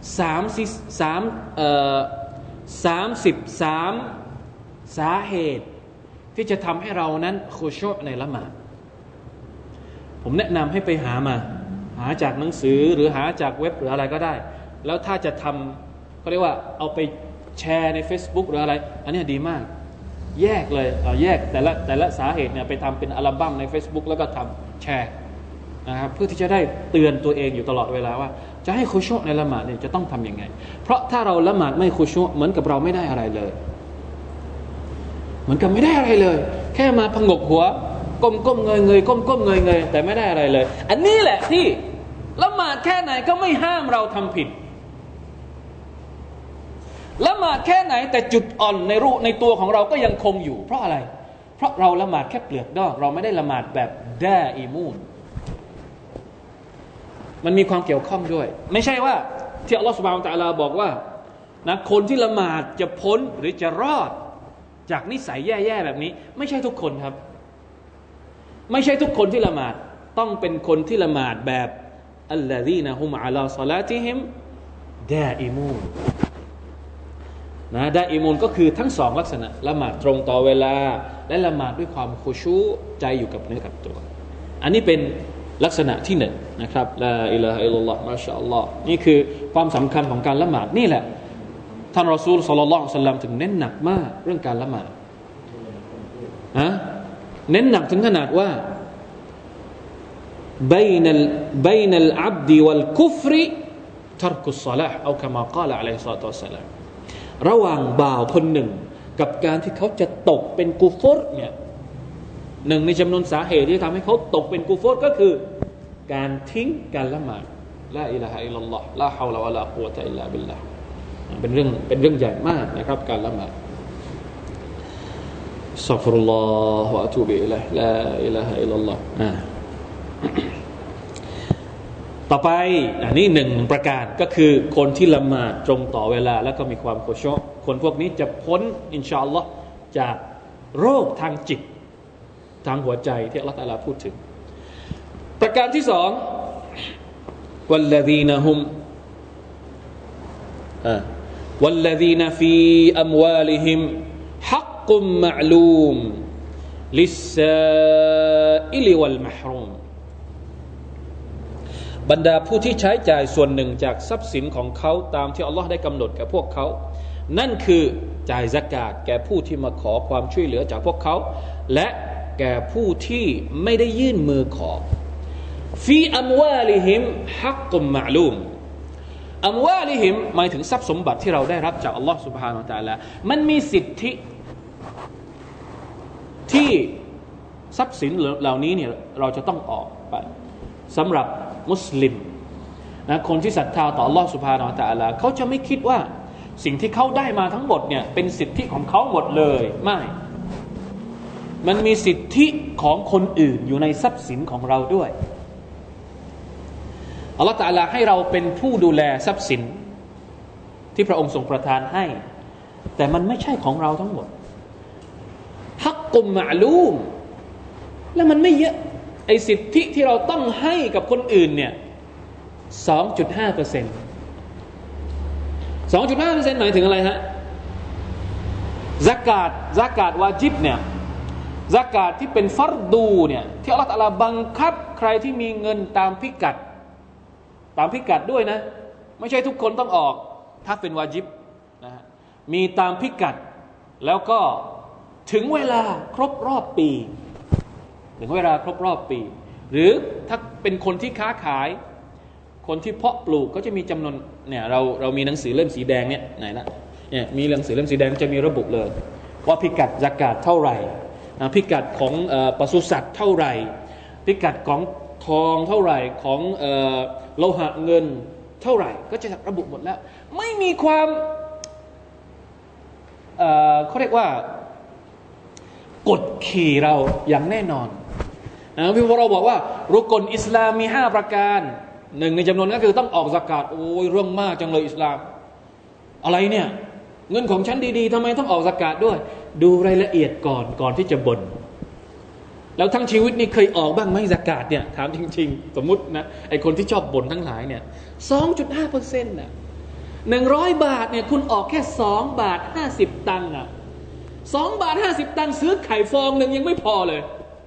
33สาเหตุที่จะทำให้เรานั้นคุชอในละหมาดผมแนะนำให้ไปหาจากหนังสือหรือหาจากเว็บหรืออะไรก็ได้แล้วถ้าจะทำเขาเรียกว่าเอาไปแชร์ใน Facebook หรืออะไรอันนี้ดีมากแยกเลยแยกแต่ละสาเหตุเนี่ยไปทำเป็นอัลบั้มใน Facebook แล้วก็ทำแชร์นะครับเพื่อที่จะได้เตือนตัวเองอยู่ตลอดเวลาว่าจะให้คุชอในละหมาดเนี่ยจะต้องทำยังไงเพราะถ้าเราละหมาดไม่คุชอเหมือนกับเราไม่ได้อะไรเลยเหมือนกับไม่ได้อะไรเลยแค่มาพงกหัวก้มเงยก้มเงยแต่ไม่ได้อะไรเลยอันนี้แหละที่ละหมาดแค่ไหนก็ไม่ห้ามเราทำผิดละหมาดแค่ไหนแต่จุดอ่อนในตัวของเราก็ยังคงอยู่เพราะอะไรเพราะเราละหมาดแค่เปลือกนอกเราไม่ได้ละหมาดแบบดาอิมูนมันมีความเกี่ยวข้องด้วยไม่ใช่ว่าที่อัลลอฮฺซุบฮานะฮูวะตะอาลาบอกว่านะคนที่ละหมาดจะพ้นหรือจะรอดจากนิสัยแย่ๆแบบนี้ไม่ใช่ทุกคนครับไม่ใช่ทุกคนที่ละหมาดต้องเป็นคนที่ละหมาดแบบอัลลซีนะฮุมอะลาศอลาติฮิมดาอิมูนนะดาอิมูนก็คือทั้งสองลักษณะละหมาดตรงต่อเวลาและละหมาดด้วยความคุชูใจอยู่กับเนื้อกับตัวอันนี้เป็นลักษณะที่หนึ่งนะครับลาอิลาฮะอิลลัลลอฮ์มาชาอัลลอฮ์นี่คือความสำคัญของการละหมาดนี่แหละท่านรอซูลศ็อลลัลลอฮุอะลัยฮิวะซัลลัมถึงเน้นหนักมากเรื่องการละหมาดเน้นหนักถึงขนาดว่าبين العبد والكفر ترك الصلاة أو كما قال عليه الصلاة والسلام ระหว่างบ่าวคนหนึ่งกับการที่เขาจะตกเป็นกุฟรเนี่ยหนึ่งในจำนวนสาเหตุที่ทำให้เขาตกเป็นกุฟรก็คือการทิ้งการละหมาดลาอิลาฮะอิลลัลลอฮ์ลาฮาวละวะลากุวะตะอิลลาบิลลาห์เป็นเรื่องใหญ่มากนะครับการละหมาดอัสตัฆฟิรุลลอฮ์วะอะตูบิอิลัยฮิลาอิลาฮะอิลลัลลอฮ์ต่อไปอันนี้หนึ่งประการก็คือคนที่ละหมาดตรงต่อเวลาแล้วก็มีความคุชอคนพวกนี้จะพ้นอินชาอัลลอฮ์จากโรคทางจิตทางหัวใจที่อัลเลาะห์ตะอาลาพูดถึงประการที่สองวัลลซีนะฮุมวัลลซีนะฟีอัมวาลิฮิมฮักกุมมะอลูมลิสซาอิลวัลมะฮรูมบรรดาผู้ที่ใช้จ่ายส่วนหนึ่งจากทรัพย์สินของเขาตามที่อัลลอฮ์ได้กำหนดกับพวกเขานั่นคือจ่ายซะกาตแก่ผู้ที่มาขอความช่วยเหลือจากพวกเขาและแก่ผู้ที่ไม่ได้ยื่นมือขอฟีอัมวาลิฮิมฮักกุมมะอลูมอัมวาลิฮิมหมายถึงทรัพย์สมบัติที่เราได้รับจากอัลลอฮ์ سبحانه และ تعالى มันมีสิทธิที่ทรัพย์สินเหล่านี้เนี่ยเราจะต้องออกไปสำหรับมุสลิมนะคนที่ศรัทธาต่ออัลลอฮ์ سبحانه และ تعالى เขาจะไม่คิดว่าสิ่งที่เขาได้มาทั้งหมดเนี่ยเป็นสิทธิของเขาหมดเลยไม่มันมีสิทธิของคนอื่นอยู่ในทรัพย์สินของเราด้วยอัลลอฮฺตะอาลาให้เราเป็นผู้ดูแลทรัพย์สินที่พระองค์ทรงประทานให้แต่มันไม่ใช่ของเราทั้งหมดฮักกุมมะอลูมแล้วมันไม่เยอะไอ้สิทธิที่เราต้องให้กับคนอื่นเนี่ย 2.5% 2.5% หมายถึงอะไรฮะซะกาตวาญิบเนี่ยซะกาตที่เป็นฟัรดูเนี่ยที่อัลเลาะห์ตะอาลาบังคับใครที่มีเงินตามพิกัดด้วยนะไม่ใช่ทุกคนต้องออกถ้าเป็นวาญิบนะฮะมีตามพิกัดแล้วก็ถึงเวลาครบรอบปีหรือถ้าเป็นคนที่ค้าขายคนที่เพาะปลูกก็จะมีจำนวนเนี่ยเรามีหนังสือเล่มสีแดงเนี่ยไหนนะเนี่ยมีหนังสือเล่มสีแดงจะมีระบุเลยว่าพิกัดซะกาตเท่าไหร่พิกัดของปศุสัตว์เท่าไหร่พิกัดของทองเท่าไหร่ของโลหะเงินเท่าไหร่ก็จะระบุหมดแล้วไม่มีความเขาเรียกว่ากดขี่เราอย่างแน่นอนพี่พวกเราบอกว่ารุกลอิสลามมี5ประการหนึ่งในจำนวนก็คือต้องออกซะกาตโอ้ยเรื่องมากจังเลยอิสลามอะไรเนี่ยเงินของฉันดีๆทำไมต้องออกซะกาตด้วยดูรายละเอียดก่อนที่จะบ่นแล้วทั้งชีวิตนี่เคยออกบ้างไหมซะกาตเนี่ยถามจริงๆสมมุตินะไอคนที่ชอบบ่นทั้งหลายเนี่ย 2.5% น่ะ100 บาทเนี่ยคุณออกแค่2 บาท 50 ตังค์อ่ะ2 บาท 50 ตังค์ซื้อไข่ฟองนึงยังไม่พอเลย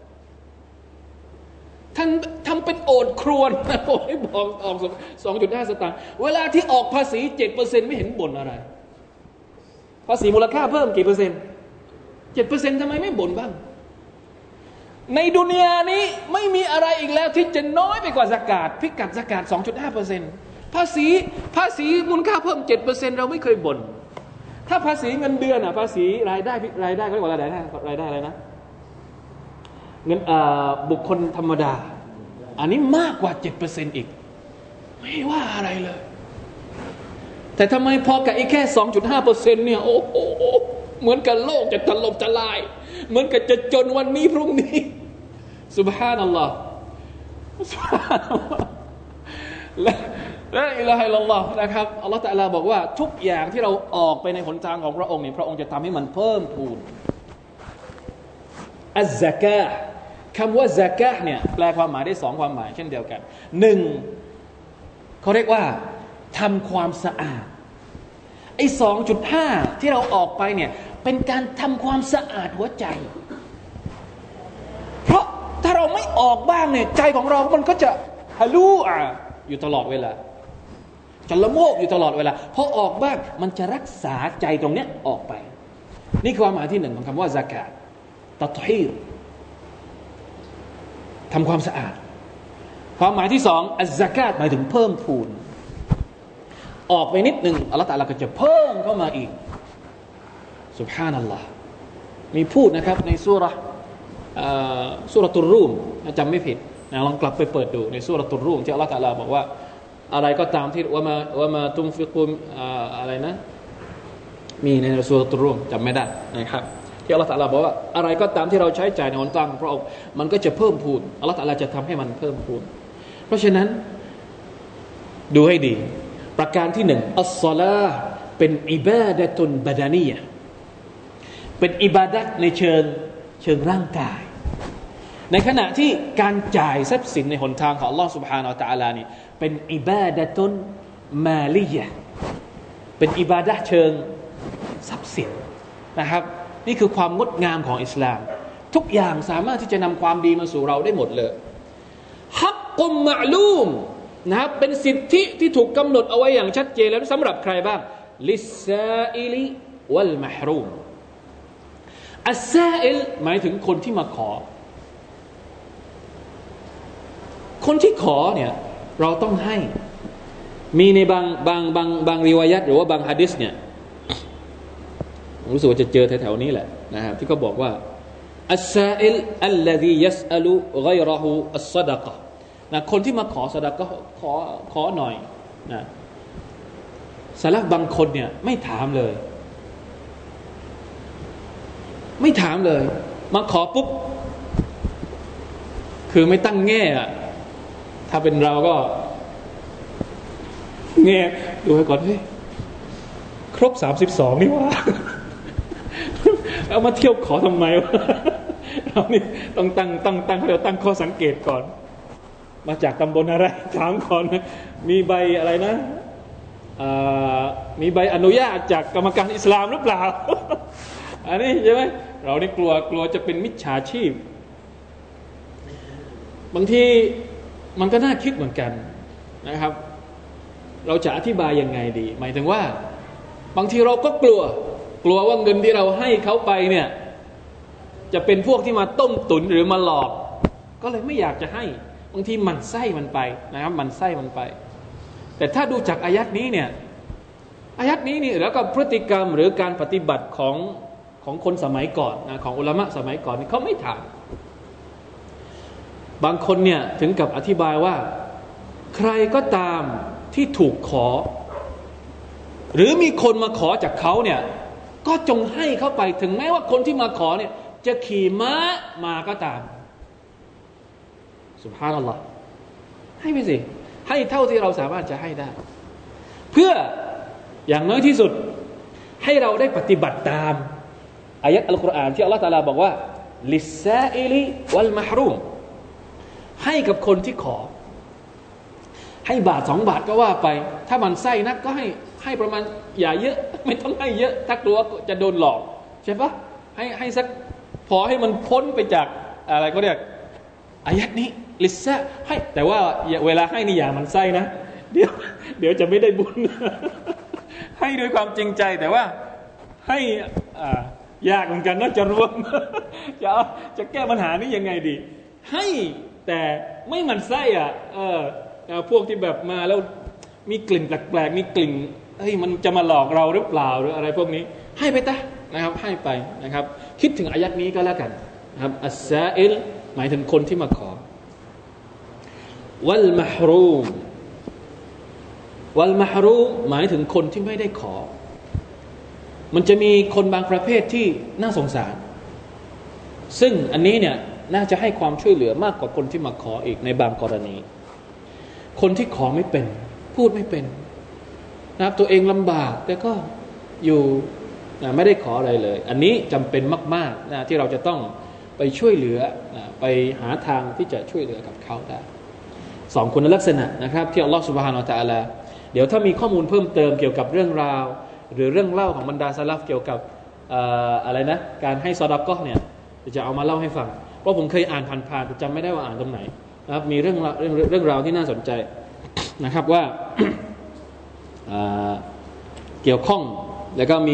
ท่านทำเป็นโอดครวญนะโอ้ยบอกออก 2.5 สตางค์เวลาที่ออกภาษี 7% ไม่เห็นบ่นอะไรภาษีมูลค่าเพิ่มกี่เปอร์เซ็นต์ 7% ทำไมไม่บ่นบ้างในดุนยานี้ไม่มีอะไรอีกแล้วที่จะน้อยไปกว่าซะกาตพิกัดซะกาต 2.5% ภาษีมูลค่าเพิ่ม 7% เราไม่เคยบ่นถ้าภาษีเงินเดือนภาษีรายได้เขาเรียกว่ารายได้อะไรนะเงินบุคคลธรรมดาอันนี้มากกว่า 7% อีกไม่ว่าอะไรเลยแต่ทำไมพอกับอีกแค่ 2.5% เนี่ยโอ้โหเหมือนกับโลกจะถล่มทลายเหมือนกับจะจนวันนี้พรุ่งนี้ซุบฮานัลลอฮ์ละอิลาฮะอิลลัลลอฮ์นะครับอัลเลาะห์ตะอาลาบอกว่าทุกอย่างที่เราออกไปในหนทางของพระองค์เนี่ยพระองค์จะทำให้มันเพิ่มพูนอัซซะกาห์คำว่าซะกาห์เนี่ยแปลความหมายได้2ความหมายเช่นเดียวกัน1เขาเรียกว่าทำความสะอาดไอ้ 2.5 ที่เราออกไปเนี่ยเป็นการทำความสะอาดหัวใจเพราะถ้าเราไม่ออกบ้างเนี่ยใจของเรามันก็จะฮะลูอยู่ตลอดเวลาจะละโมบอยู่ตลอดเวลาพอออกบ้างมันจะรักษาใจตรงเนี้ยออกไปนี่คือความหมายที่1ของคำว่าซะกาตตัฏฮีรทำความสะอาดความหมายที่2อัซซะกาตหมายถึงเพิ่มพูนออกไปนิดนึงอัลเลาะห์ตะอาลาก็จะเพิ่มเข้ามาอีกซุบฮานัลลอฮ์มีพูดนะครับในซูเราะห์ตุรรูมจำไม่ผิดนะลองกลับไปเปิดดูในซูเราะห์ตุรรูมที่อัลเลาะห์ตะอาลาบอกว่าอะไรก็ตามที่ว่ามาตุนฟิกุนอะไรนะมีในซูเราะห์ตุรรูมจำไม่ได้นะครับที่อัลเลาะห์ตะอาลาบอกว่าอะไรก็ตามที่เราใช้จ่ายในหนทางของพระองค์มันก็จะเพิ่มพูนอัลเลาะห์ตะอาลาจะทำให้มันเพิ่มพูนเพราะฉะนั้นดูให้ดีประการที่1อัศศอลาห์เป็นอิบาดะตุนบะดานียะห์เป็นอิบาดะห์ในเชิงร่างกายในขณะที่การจ่ายทรัพย์สินในหนทางของ Allah Subhanahu Wa Taala นี่เป็นอิบาดะตุนมาลียะห์เป็นอิบาดะห์เชิงทรัพย์สินนะครับนี่คือความงดงามของอิสลามทุกอย่างสามารถที่จะนำความดีมาสู่เราได้หมดเลยฮักกุมมะลูมนะครับเป็นสิทธิที่ถูกกำหนดเอาไว้อย่างชัดเจนแล้วสำหรับใครบ้างลิซซาอิลิวัลมะฮรูมอัสซาอิลหมายถึงคนที่มาขอคนที่ขอเนี่ยเราต้องให้มีในบางริวายัตหรือว่าบางหะดีษเนี่ยรู้สึกว่าจะเจอแถวๆนี้แหละนะครับที่เขาบอกว่าอัสซาอิลอัลลซียัสอะลุฆอยเราะฮูอัศศอดะกะห์นะคนที่มาขอซะดะกะห์ขอหน่อยนะซะละฟบางคนเนี่ยไม่ถามเลยมาขอปุ๊บคือไม่ตั้งแง่อะถ้าเป็นเราก็แง่ดูให้ก่อนเฮ้ยครบ32นี่ว่าเอามาเที่ยวขอทำไมวะเรานี่ต้องตั้งให้เราตั้งข้อสังเกตก่อนมาจากตำบลอะไรถามก่อนมีใบอะไรนะมีใบอนุญาตจากกรรมการอิสลามหรือเปล่า อันนี้ใช่ไหมเรานี่กลัวจะเป็นมิจฉาชีพบางทีมันก็น่าคิดเหมือนกันนะครับเราจะอธิบายยังไงดีหมายถึงว่าบางทีเราก็กลัวว่าเงินที่เราให้เขาไปเนี่ยจะเป็นพวกที่มาต้มตุ๋นหรือมาหลอกก็เลยไม่อยากจะให้บางทีมันไส้มันไปนะครับมันไส้มันไปแต่ถ้าดูจากอายัดนี้เนี่ยอายัดนี้นี่แล้วก็พฤติกรรมหรือการปฏิบัติของคนสมัยก่อนนะของอุลามะสมัยก่อนนี่เขาไม่ถามบางคนเนี่ยถึงกับอธิบายว่าใครก็ตามที่ถูกขอหรือมีคนมาขอจากเขาเนี่ยก็จงให้เขาไปถึงแม้ว่าคนที่มาขอเนี่ยจะขี่ม้ามาก็ตามซุบฮานัลลอฮ์ให้ไปสิให้เท่าที่เราสามารถจะให้ได้เพื่ออย่างน้อยที่สุดให้เราได้ปฏิบัติตามอายะห์อัลกุรอานที่อัลเลาะห์ตะอาลาบอกว่าลิสซาอิลิวัลมะฮรูมให้กับคนที่ขอให้บาท2 บาทก็ว่าไปถ้ามันไส้นักก็ให้ประมาณอย่าเยอะไม่ต้องให้เยอะถ้ากลัวจะโดนหลอกใช่ปะให้สักพอให้มันพ้นไปจากอะไรก็เรียกอายัดนี้ลิซะให้แต่ว่าเวลาให้นี่อย่ามันไส้นะเดี๋ยวจะไม่ได้บุญ ให้ด้วยความจริงใจแต่ว่าให้ยากเหมือนกันนะจะรวม จะแก้ปัญหานี้ยังไงดีให้แต่ไม่มันไส้พวกที่แบบมาแล้วมีกลิ่นแปลกๆมีกลิ่นมันจะมาหลอกเราหรือเปล่าหรืออะไรพวกนี้ให้ไปนะครับให้ไปนะครับคิดถึงอายัดนี้ก็แล้วกันนะครับอัสซาอิลหมายถึงคนที่มาขอวัลมะฮรูมหมายถึงคนที่ไม่ได้ขอมันจะมีคนบางประเภทที่น่าสงสารซึ่งอันนี้เนี่ยน่าจะให้ความช่วยเหลือมากกว่าคนที่มาขออีกในบางกรณีคนที่ขอไม่เป็นพูดไม่เป็นนะครับตัวเองลำบากแต่ก็อยู่ไม่ได้ขออะไรเลยอันนี้จำเป็นมากๆนะที่เราจะต้องไปช่วยเหลือไปหาทางที่จะช่วยเหลือกับเขาได้2คุณลักษณะนะครับที่อัลลอฮฺซุบฮานะฮูวะตะอาลาเดี๋ยวถ้ามีข้อมูลเพิ่มเติมเกี่ยวกับเรื่องราวหรือเรื่องเล่าของบรรดาซะลัฟเกี่ยวกับอะไรนะการให้ซอดาเกาะห์เนี่ยจะเอามาเล่าให้ฟังเพราะผมเคยอ่านผ่านๆแต่จำไม่ได้ว่าอ่านตรงไหนนะครับมีเรื่องราวที่น่าสนใจนะครับว่าเกี่ยวข้องแล้วก็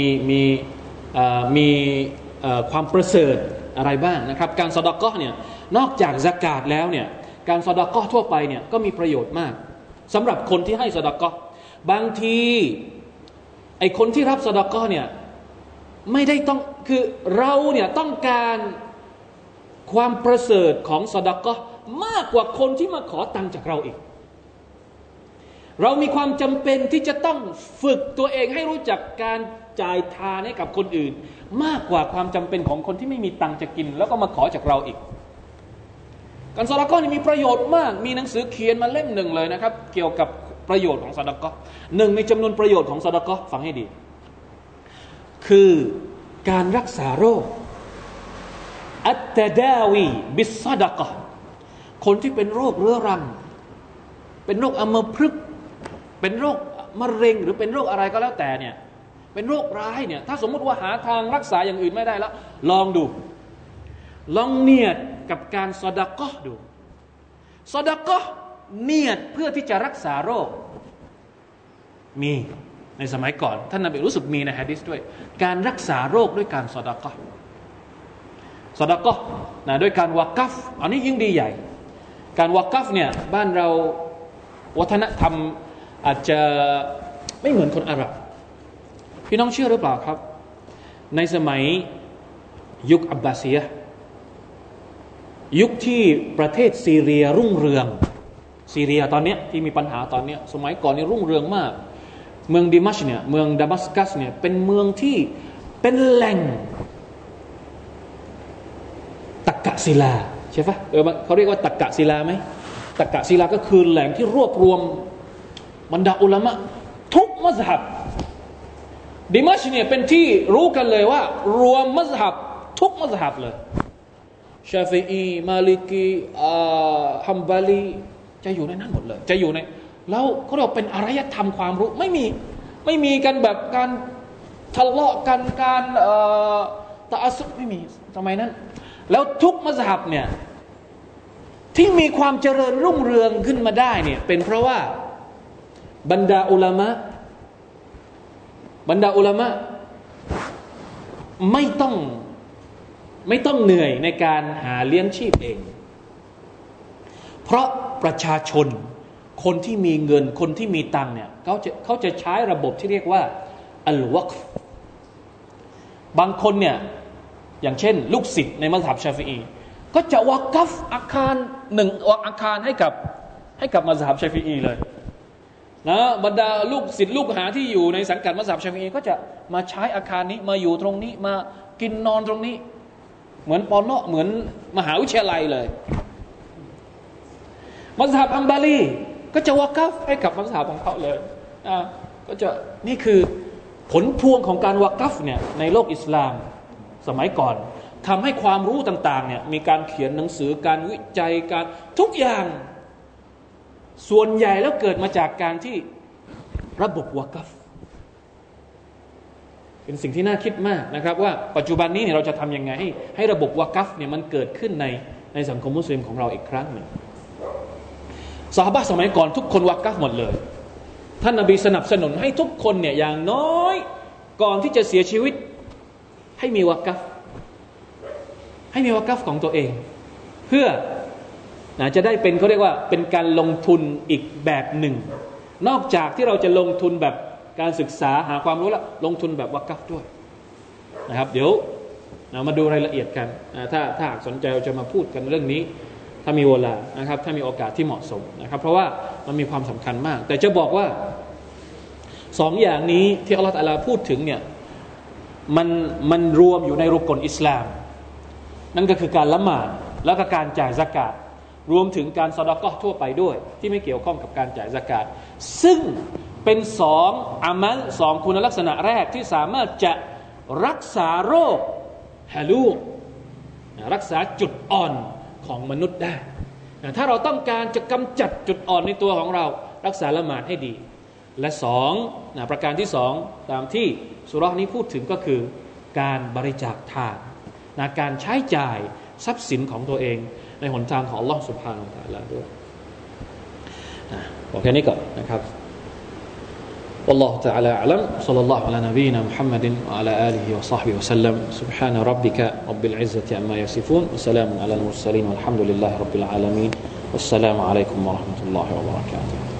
มีความประเสริฐอะไรบ้างนะครับการซอดาเกาะห์เนี่ยนอกจากซะกาตแล้วเนี่ยการซอดาเกาะห์ทั่วไปเนี่ยก็มีประโยชน์มากสำหรับคนที่ให้ซอดาเกาะห์บางทีไอคนที่รับซอดาเกาะห์เนี่ยไม่ได้ต้องคือเราเนี่ยต้องการความประเสริฐของซอดาเกาะห์มากกว่าคนที่มาขอตังค์จากเราอีกเรามีความจำเป็นที่จะต้องฝึกตัวเองให้รู้จักการจ่ายทานให้กับคนอื่นมากกว่าความจำเป็นของคนที่ไม่มีตังค์จะกินแล้วก็มาขอจากเราอีกการซอดาเกาะห์นี่มีประโยชน์มากมีหนังสือเขียนมาเล่มหนึ่งเลยนะครับเกี่ยวกับประโยชน์ของซอดาเกาะห์หนึ่งในจำนวนประโยชน์ของซอดาเกาะห์ฟังให้ดีคือการรักษาโรคอัตตะดาวีบิสซอดาเกาะห์คนที่เป็นโรคเรื้อรังเป็นโรคอัมพฤกษ์เป็นโรคมะเร็งหรือเป็นโรคอะไรก็แล้วแต่เนี่ยเป็นโรคร้ายเนี่ยถ้าสมมุติว่าหาทางรักษาอย่างอื่นไม่ได้แล้วลองเนียดกับการซอดาเกาะห์ดูซอดาเกาะห์เนียดเพื่อที่จะรักษาโรคมีในสมัยก่อนท่านนบีรู้สึกมีในหะดีษด้วยการรักษาโรคด้วยการซอดาเกาะห์นะด้วยการวะกัฟอันนี้ยิ่งดีใหญ่การวะกัฟเนี่ยบ้านเราวัฒนธรรมอาจจะไม่เหมือนคนอาหรับพี่น้องเชื่อหรือเปล่าครับในสมัยยุคอับบาซียะห์ยุคที่ประเทศซีเรียรุ่งเรืองซีเรียตอนนี้ที่มีปัญหาตอนนี้สมัยก่อนนี่รุ่งเรืองมากเมืองดิมัชเนี่ยเมืองดามัสกัสเนี่ยเป็นเมืองที่เป็นแหล่งตักกะศิลาใช่ปะเขาเรียกว่าตักกะศิลาไหมตักกะศิลาก็คือแหล่งที่รวบรวมบรรดาอุลามะทุกมัซฮับดิมัชเนี่ยเป็นที่รู้กันเลยว่ารวมมัซฮับทุกมัซฮับเลยชาฟิอีมาลิกีฮัมบาลีจะอยู่ในนั้นหมดเลยจะอยู่ในแล้วเขาเรียกเป็นอารยธรรมความรู้ไม่มีกันแบบการทะเลาะกันการตะอัสซุบไม่มีสมัยนั้นแล้วทุกมัซฮับเนี่ยที่มีความเจริญรุ่งเรืองขึ้นมาได้เนี่ยเป็นเพราะว่าบรรดาอุลามะไม่ต้องเหนื่อยในการหาเลี้ยงชีพเองเพราะประชาชนคนที่มีเงินคนที่มีตังค์เนี่ยเขาจะใช้ระบบที่เรียกว่าอัลวักฟบางคนเนี่ยอย่างเช่นลูกศิษย์ในมัซฮับชาฟิอีก็จะวักฟัอาคาร1อาคารให้กับมัซฮับชาฟิอีเลยนะบรรดาลูกศิษย์ลูกหาที่อยู่ในสังกัดมัซฮับชาฟิอีก็จะมาใช้อาคารนี้มาอยู่ตรงนี้มากินนอนตรงนี้เหมือนปอนอเหมือนมหาวิทยาลัยเลยมัซฮับอัมบาลีก็จะวักฟัให้กับมัซฮับของเขาเลยก็จะนี่คือผลพวงของการวักฟัเนี่ยในโลกอิสลามสมัยก่อนทำให้ความรู้ต่างๆเนี่ยมีการเขียนหนังสือการวิจัยการทุกอย่างส่วนใหญ่แล้วเกิดมาจากการที่ระบบวะกัฟเป็นสิ่งที่น่าคิดมากนะครับว่าปัจจุบันนี้เนี่ยเราจะทำยังไงให้ระบบวะกัฟเนี่ยมันเกิดขึ้นในสังคมมุสลิมของเราอีกครั้งหนึ่งซอฮาบะห์สมัยก่อนทุกคนวะกัฟหมดเลยท่านนบีสนับสนุนให้ทุกคนเนี่ยอย่างน้อยก่อนที่จะเสียชีวิตให้มีวะกัฟของตัวเองเพื่อจะได้เป็นเขาเรียกว่าเป็นการลงทุนอีกแบบหนึ่งนอกจากที่เราจะลงทุนแบบการศึกษาหาความรู้แล้วลงทุนแบบวะกัฟด้วยนะครับเดี๋ยวมาดูรายละเอียดกันถ้าสนใจเราจะมาพูดกันเรื่องนี้ถ้ามีเวลานะครับถ้ามีโอกาสที่เหมาะสมนะครับเพราะว่ามันมีความสำคัญมากแต่จะบอกว่าสองอย่างนี้ที่อัลลอฮฺตะอาลาพูดถึงเนี่ยมันรวมอยู่ในรุกนอิสลามนั่นก็คือการละหมาดแล้วก็การจ่ายซะกาตรวมถึงการซอดาเกาะห์ทั่วไปด้วยที่ไม่เกี่ยวข้องกับการจ่ายซะกาตซึ่งเป็นสองอามัลสองคุณลักษณะแรกที่สามารถจะรักษาโรคฮาลูรักษาจุดอ่อนของมนุษย์ได้ถ้าเราต้องการจะกำจัดจุดอ่อนในตัวของเรารักษาละหมาดให้ดีและสองประการที่สองตามที่สุเราะห์นี้พูดถึงก็คือการบริจาคทานการใช้จ่ายทรัพย์สินของตัวเองในหนทางของอัลลอฮฺซุบฮานะฮูวะตะอาลาด้วยบอกแค่นี้ก่อนนะครับ والله تعالى أعلم صلى الله على نبينا محمد وعلى آله وصحبه وسلم سبحان ربك رب العزة عما يصفون وسلام على المرسلين والحمد لله رب العالمين والسلام عليكم ورحمة الله وبركاته